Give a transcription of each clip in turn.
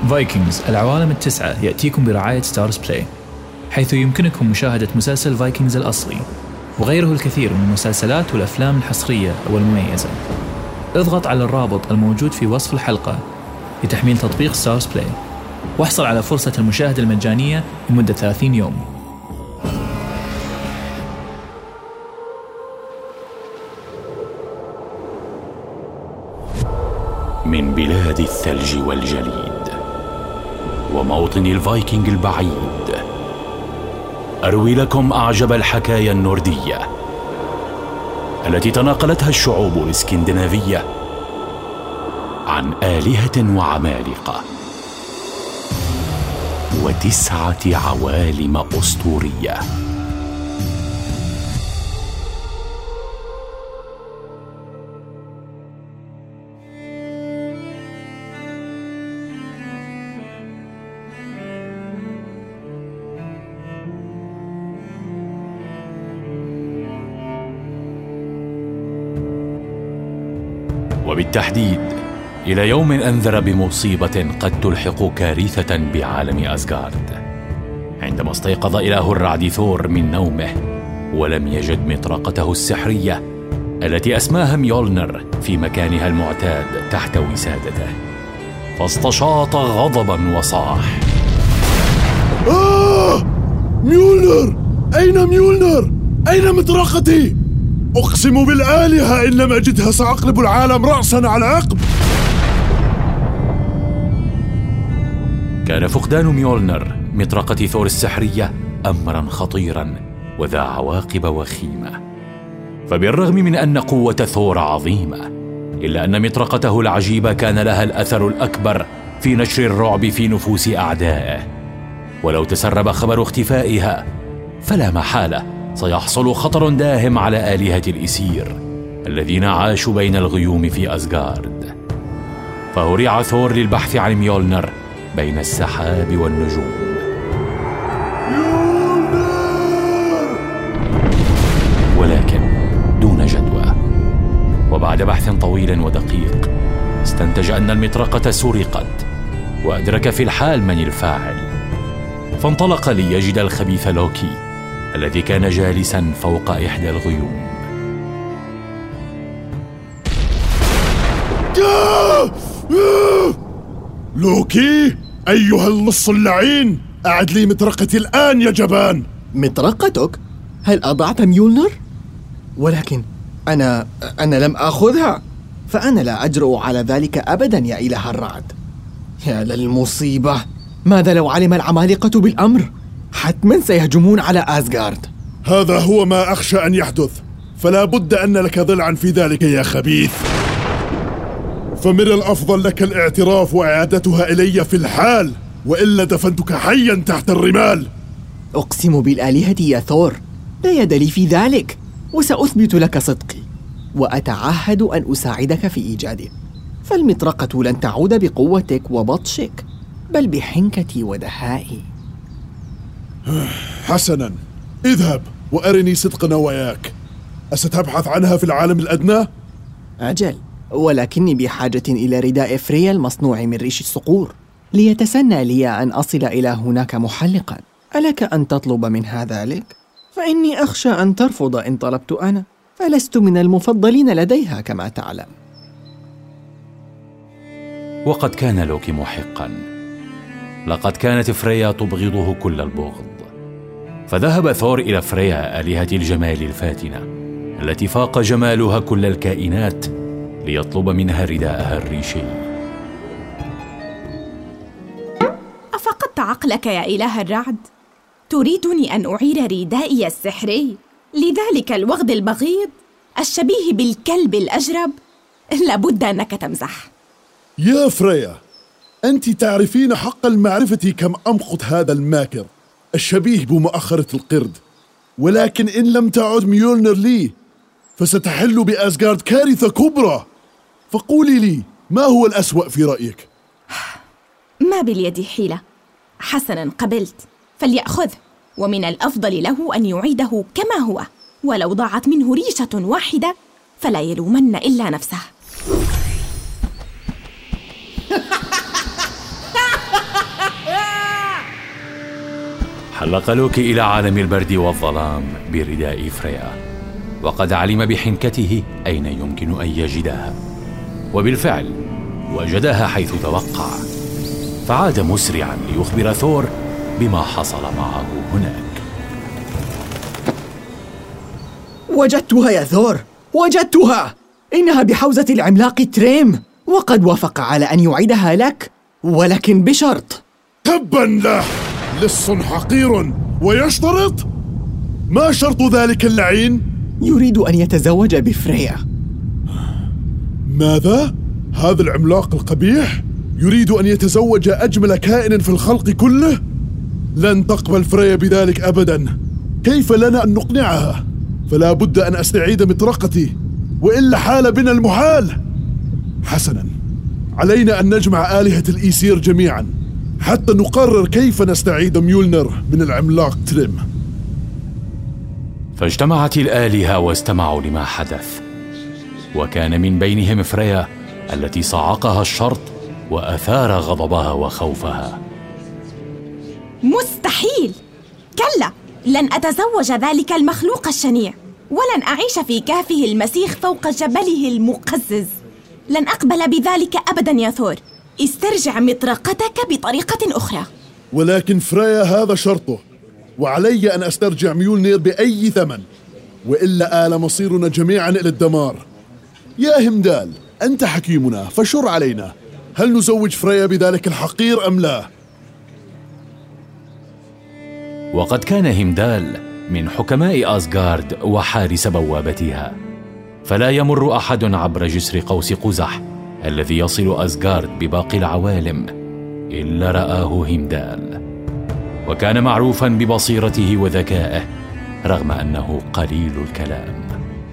فايكنجز العوالم التسعة يأتيكم برعاية ستارز بلاي، حيث يمكنكم مشاهدة مسلسل فايكنجز الأصلي وغيره الكثير من المسلسلات والأفلام الحصرية والمميزة. اضغط على الرابط الموجود في وصف الحلقة لتحميل تطبيق ستارز بلاي، واحصل على فرصة المشاهدة المجانية لمدة 30 يوم. من بلاد الثلج والجليد وموطن الفايكنج البعيد، أروي لكم أعجب الحكايا النوردية التي تناقلتها الشعوب الإسكندنافية عن آلهة وعمالقة و9 عوالم أسطورية. وبالتحديد إلى يوم أنذر بمصيبة قد تلحق كارثة بعالم أسغارد، عندما استيقظ إله الرعد ثور من نومه ولم يجد مطرقته السحرية التي أسماها ميولنر في مكانها المعتاد تحت وسادته، فاستشاط غضبا وصاح: ميولنر! أين ميولنر؟ أين مطرقتي؟ أقسم بالآلهة إن لم أجدها سأقلب العالم رأسا على عقب. كان فقدان ميولنر مطرقة ثور السحرية أمرا خطيرا وذا عواقب وخيمة، فبالرغم من أن قوة ثور عظيمة إلا أن مطرقته العجيبة كان لها الأثر الأكبر في نشر الرعب في نفوس أعدائه، ولو تسرب خبر اختفائها فلا محالة سيحصل خطر داهم على آلهة الإسير الذين عاشوا بين الغيوم في أسغارد. فهرع ثور للبحث عن ميولنر بين السحاب والنجوم، ولكن دون جدوى. وبعد بحث طويل ودقيق استنتج أن المطرقة سرقت، وأدرك في الحال من الفاعل، فانطلق ليجد الخبيث لوكي الذي كان جالسا فوق إحدى الغيوم. لوكي أيها اللص اللعين، أعد لي مطرقتي الآن يا جبان. مطرقتك؟ هل أضعت ميولنر؟ ولكن أنا لم أخذها، فأنا لا أجرؤ على ذلك أبدا يا إله الرعد. يا للمصيبة، ماذا لو علم العمالقة بالأمر؟ حتما سيهجمون على أسغارد. هذا هو ما أخشى أن يحدث، فلا بد أن لك ضلعا في ذلك يا خبيث، فمن الأفضل لك الاعتراف وإعادتها إلي في الحال، وإلا دفنتك حيا تحت الرمال. أقسم بالآلهة يا ثور لا يد لي في ذلك، وسأثبت لك صدقي، وأتعهد أن أساعدك في إيجاده. فالمطرقة لن تعود بقوتك وبطشك، بل بحنكتي ودهائي. حسنا، اذهب وأرني صدق نواياك. أستبحث عنها في العالم الأدنى؟ أجل، ولكني بحاجة إلى رداء فريا المصنوع من ريش الصقور، ليتسنى لي أن أصل إلى هناك محلقا. ألك أن تطلب منها ذلك؟ فإني أخشى أن ترفض إن طلبت أنا، فلست من المفضلين لديها كما تعلم. وقد كان لوكي محقا، لقد كانت فريا تبغضه كل البغض، فذهب ثور إلى فريا آلهة الجمال الفاتنة التي فاق جمالها كل الكائنات ليطلب منها رداءها الريشي. أفقدت عقلك يا إله الرعد؟ تريدني أن أعير ردائي السحري لذلك الوغد البغيض الشبيه بالكلب الأجرب؟ لابد أنك تمزح. يا فريا، أنت تعرفين حق المعرفة كم أمقت هذا الماكر الشبيه بمؤخرة القرد، ولكن إن لم تعد ميولنر لي فستحل بأسغارد كارثة كبرى. فقولي لي، ما هو الأسوأ في رأيك؟ ما باليد حيلة. حسناً، قبلت، فليأخذه، ومن الأفضل له أن يعيده كما هو، ولو ضاعت منه ريشة واحدة فلا يلومن إلا نفسه. تحلق لوكي إلى عالم البرد والظلام برداء فريا، وقد علم بحنكته أين يمكن أن يجدها، وبالفعل وجدها حيث توقع، فعاد مسرعا ليخبر ثور بما حصل معه هناك. وجدتها يا ثور، وجدتها! إنها بحوزة العملاق تريم، وقد وافق على أن يعيدها لك، ولكن بشرط. تبا له، لص حقير ويشترط؟ ما شرط ذلك اللعين؟ يريد أن يتزوج بفريا. ماذا؟ هذا العملاق القبيح يريد أن يتزوج أجمل كائن في الخلق كله؟ لن تقبل فريا بذلك أبدا. كيف لنا أن نقنعها؟ فلا بد أن أستعيد مطرقتي، وإلا حال بنا المحال. حسنا، علينا أن نجمع آلهة الإيسير جميعا حتى نقرر كيف نستعيد ميولنر من العملاق تريم. فاجتمعت الآلهة واستمعوا لما حدث، وكان من بينهم فريا التي صعقها الشرط وأثار غضبها وخوفها. مستحيل! كلا، لن أتزوج ذلك المخلوق الشنيع، ولن أعيش في كهفه المسيخ فوق جبله المقزز. لن أقبل بذلك أبدا يا ثور. استرجع مطرقتك بطريقة أخرى. ولكن فريا هذا شرطه، وعلي أن أسترجع ميولنير بأي ثمن، وإلا آل مصيرنا جميعا إلى الدمار. يا همدال، أنت حكيمنا فشر علينا، هل نزوج فريا بذلك الحقير أم لا؟ وقد كان همدال من حكماء أسغارد وحارس بوابتها، فلا يمر أحد عبر جسر قوس قزح الذي يصل أسغارد بباقي العوالم إلا رآه همدال، وكان معروفا ببصيرته وذكائه رغم أنه قليل الكلام.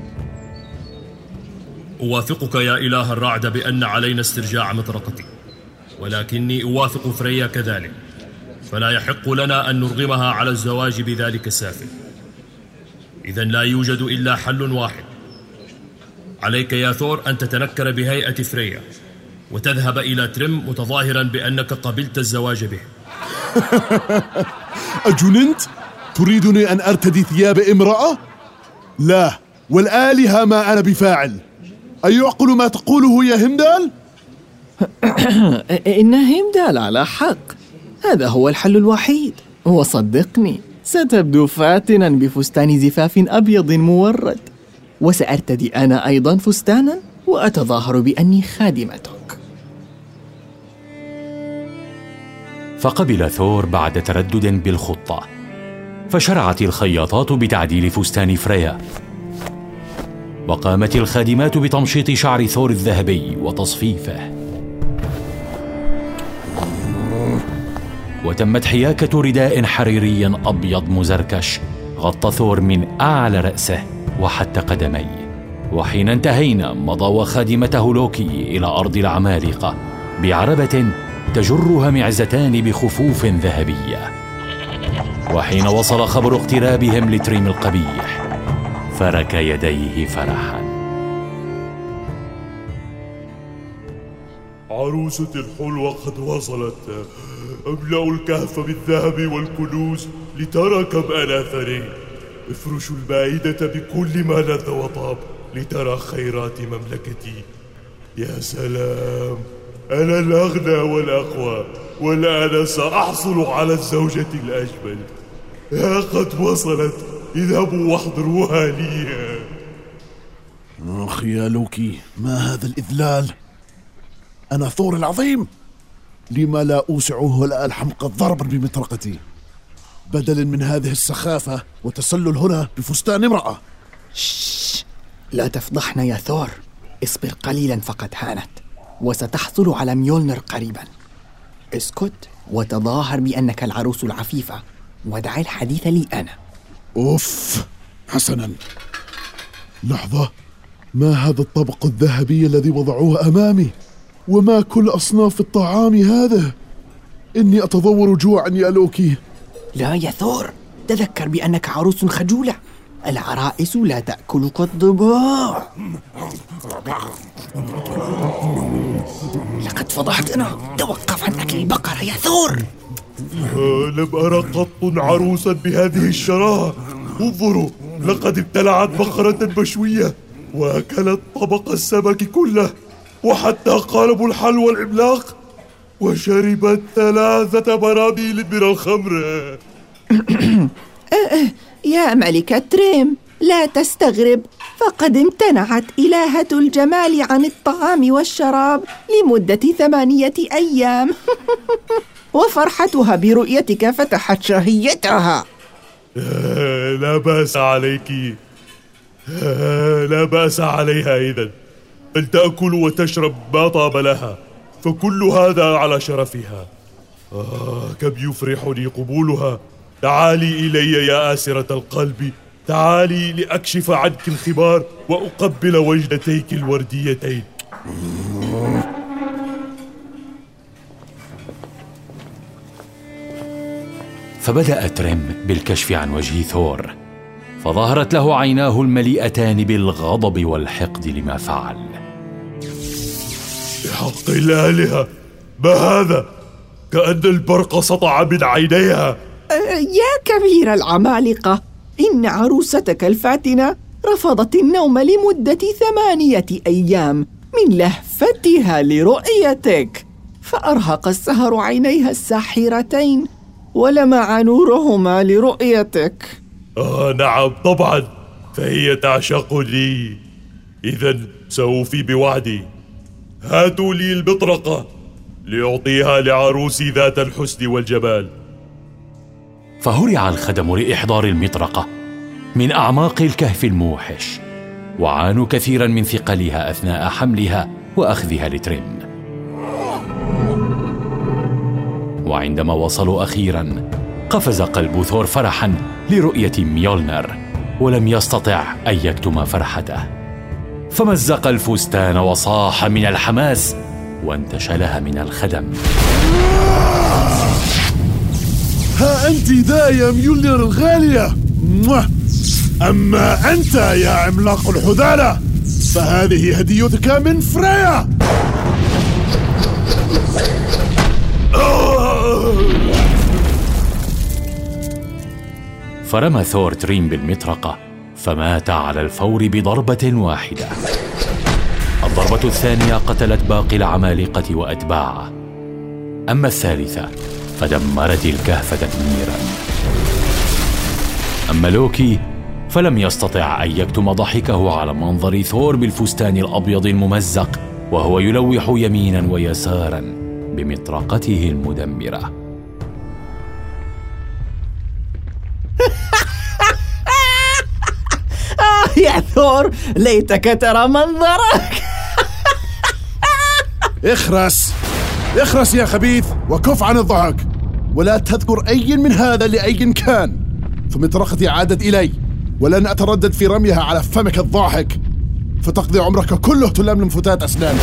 أوافقك يا إله الرعد بأن علينا استرجاع مطرقتي، ولكني أوافق فريا كذلك، فلا يحق لنا أن نرغمها على الزواج بذلك السافل. إذن لا يوجد إلا حل واحد. عليك يا ثور أن تتنكر بهيئة فريا وتذهب إلى تريم متظاهرا بأنك قبلت الزواج به. أجننت؟ تريدني أن أرتدي ثياب امرأة؟ لا، والآلهة ما أنا بفاعل. أيعقل ما تقوله يا همدال؟ إن همدال على حق، هذا هو الحل الوحيد، وصدقني ستبدو فاتنا بفستان زفاف أبيض مورد، وسأرتدي أنا أيضا فستانا وأتظاهر بأني خادمتك. فقبل ثور بعد تردد بالخطة، فشرعت الخياطات بتعديل فستان فريا، وقامت الخادمات بتمشيط شعر ثور الذهبي وتصفيفه، وتمت حياكة رداء حريري أبيض مزركش غطى ثور من أعلى رأسه وحتى قدميه. وحين انتهينا مضى وخادمته لوكي إلى أرض العمالقة بعربة تجرها معزتان بخفوف ذهبية. وحين وصل خبر اقترابهم لتريم القبيح فرك يديه فرحا. عروستي الحلوة قد وصلت، أملأ الكهف بالذهب والكنوز لتركب أنا ثري. افرشوا المائدة بكل ما لذ وطاب لترى خيرات مملكتي. يا سلام، أنا الأغنى والأقوى، والآن سأحصل على الزوجة الأجمل. ها قد وصلت، اذهبوا واحضروها لي. أخي يا لوكي، ما هذا الإذلال؟ أنا ثور العظيم، لما لا أوسعه ولا الحمق ضربا بمطرقتي بدلا من هذه السخافة وتسلل هنا بفستان امرأة. لا تفضحنا يا ثور، اصبر قليلا فقد هانت، وستحصل على ميولنر قريبا. اسكت وتظاهر بأنك العروس العفيفة، ودع الحديث لي أنا. أوف، حسنا. لحظة، ما هذا الطبق الذهبي الذي وضعوه أمامي؟ وما كل أصناف الطعام هذا؟ إني أتضور جوعا يا لوكي. لا يا ثور، تذكر بأنك عروس خجولة، العرائس لا تأكل كالضباع. لقد فضحتنا، توقف عن أكل البقرة يا ثور. لم أرى قط عروسا بهذه الشراهة. انظروا، لقد ابتلعت بقرة مشوية وأكلت طبق السمك كله، وحتى قالبوا الحلوى العملاق، وشربت 3 براميل من الخمر. يا ملكة تريم، لا تستغرب، فقد امتنعت إلهة الجمال عن الطعام والشراب لمدة 8 أيام. وفرحتها برؤيتك فتحت شهيتها. لا بأس عليك، لا بأس عليها إذن، فلتأكل وتشرب ما طاب لها، فكل هذا على شرفها. كم يفرحني قبولها. تعالي إلي يا آسرة القلب، تعالي لأكشف عنك الخمار وأقبل وجنتيك الورديتين. فبدأ تريم بالكشف عن وجه ثور، فظهرت له عيناه المليئتان بالغضب والحقد لما فعل. بحق الآلهة، ما هذا؟ كأن البرق سطع من عينيها. يا كبير العمالقة، إن عروستك الفاتنة رفضت النوم لمدة 8 أيام من لهفتها لرؤيتك، فأرهق السهر عينيها الساحرتين ولمع نورهما لرؤيتك. نعم طبعا، فهي تعشقني. إذن سأوفي بوعدي. هاتوا لي المطرقة لأعطيها لعروسي ذات الحسن والجمال. فهرع الخدم لإحضار المطرقة من أعماق الكهف الموحش، وعانوا كثيرا من ثقلها أثناء حملها وأخذها لتريم. وعندما وصلوا أخيرا، قفز قلب ثور فرحا لرؤية ميولنر، ولم يستطع أن يكتم فرحته، فمزق الفستان وصاح من الحماس وانتشلها من الخدم. ها أنت ذا يا ميولنر الغالية، أما أنت يا عملاق الحذالة فهذه هديتك من فريا. فرمى ثور تريم بالمطرقة، فمات على الفور بضربة واحدة. الضربة الثانية قتلت باقي العمالقة وأتباعه، أما الثالثة فدمرت الكهف تدميرا. أما لوكي فلم يستطع أن يكتم ضحكه على منظر ثور بالفستان الأبيض الممزق وهو يلوح يمينا ويسارا بمطرقته المدمرة. يا ثور، ليتك ترى منظرك. اخرس يا خبيث، وكف عن الضحك، ولا تذكر أي من هذا لأي كان، فمطرقتي عادت إلي ولن أتردد في رميها على فمك الضاحك، فتقضي عمرك كله تلملم فتات أسنانك.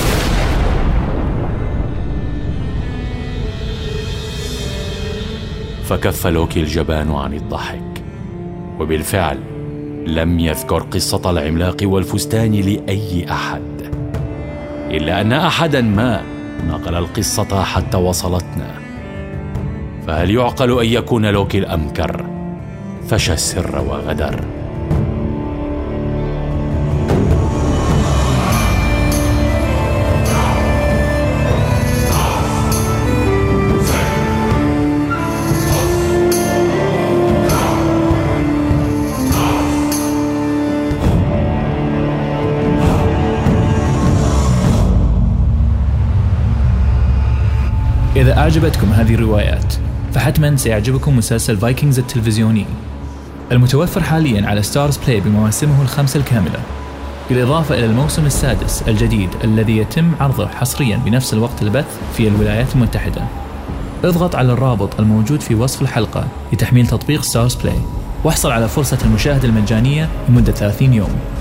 فكف لوكي الجبان عن الضحك، وبالفعل لم يذكر قصة العملاق والفستان لأي أحد، إلا أن أحدا ما نقل القصة حتى وصلتنا. فهل يعقل أن يكون لوكي الأمكر فشى السر وغدر؟ إذا أعجبتكم هذه الروايات فحتما سيعجبكم مسلسل فايكنجز التلفزيوني المتوفر حاليا على ستارز بلاي بمواسمه ال5 الكاملة، بالإضافة إلى الموسم السادس الجديد الذي يتم عرضه حصريا بنفس الوقت البث في الولايات المتحدة. اضغط على الرابط الموجود في وصف الحلقة لتحميل تطبيق ستارز بلاي، واحصل على فرصة المشاهدة المجانية لمدة 30 يوم.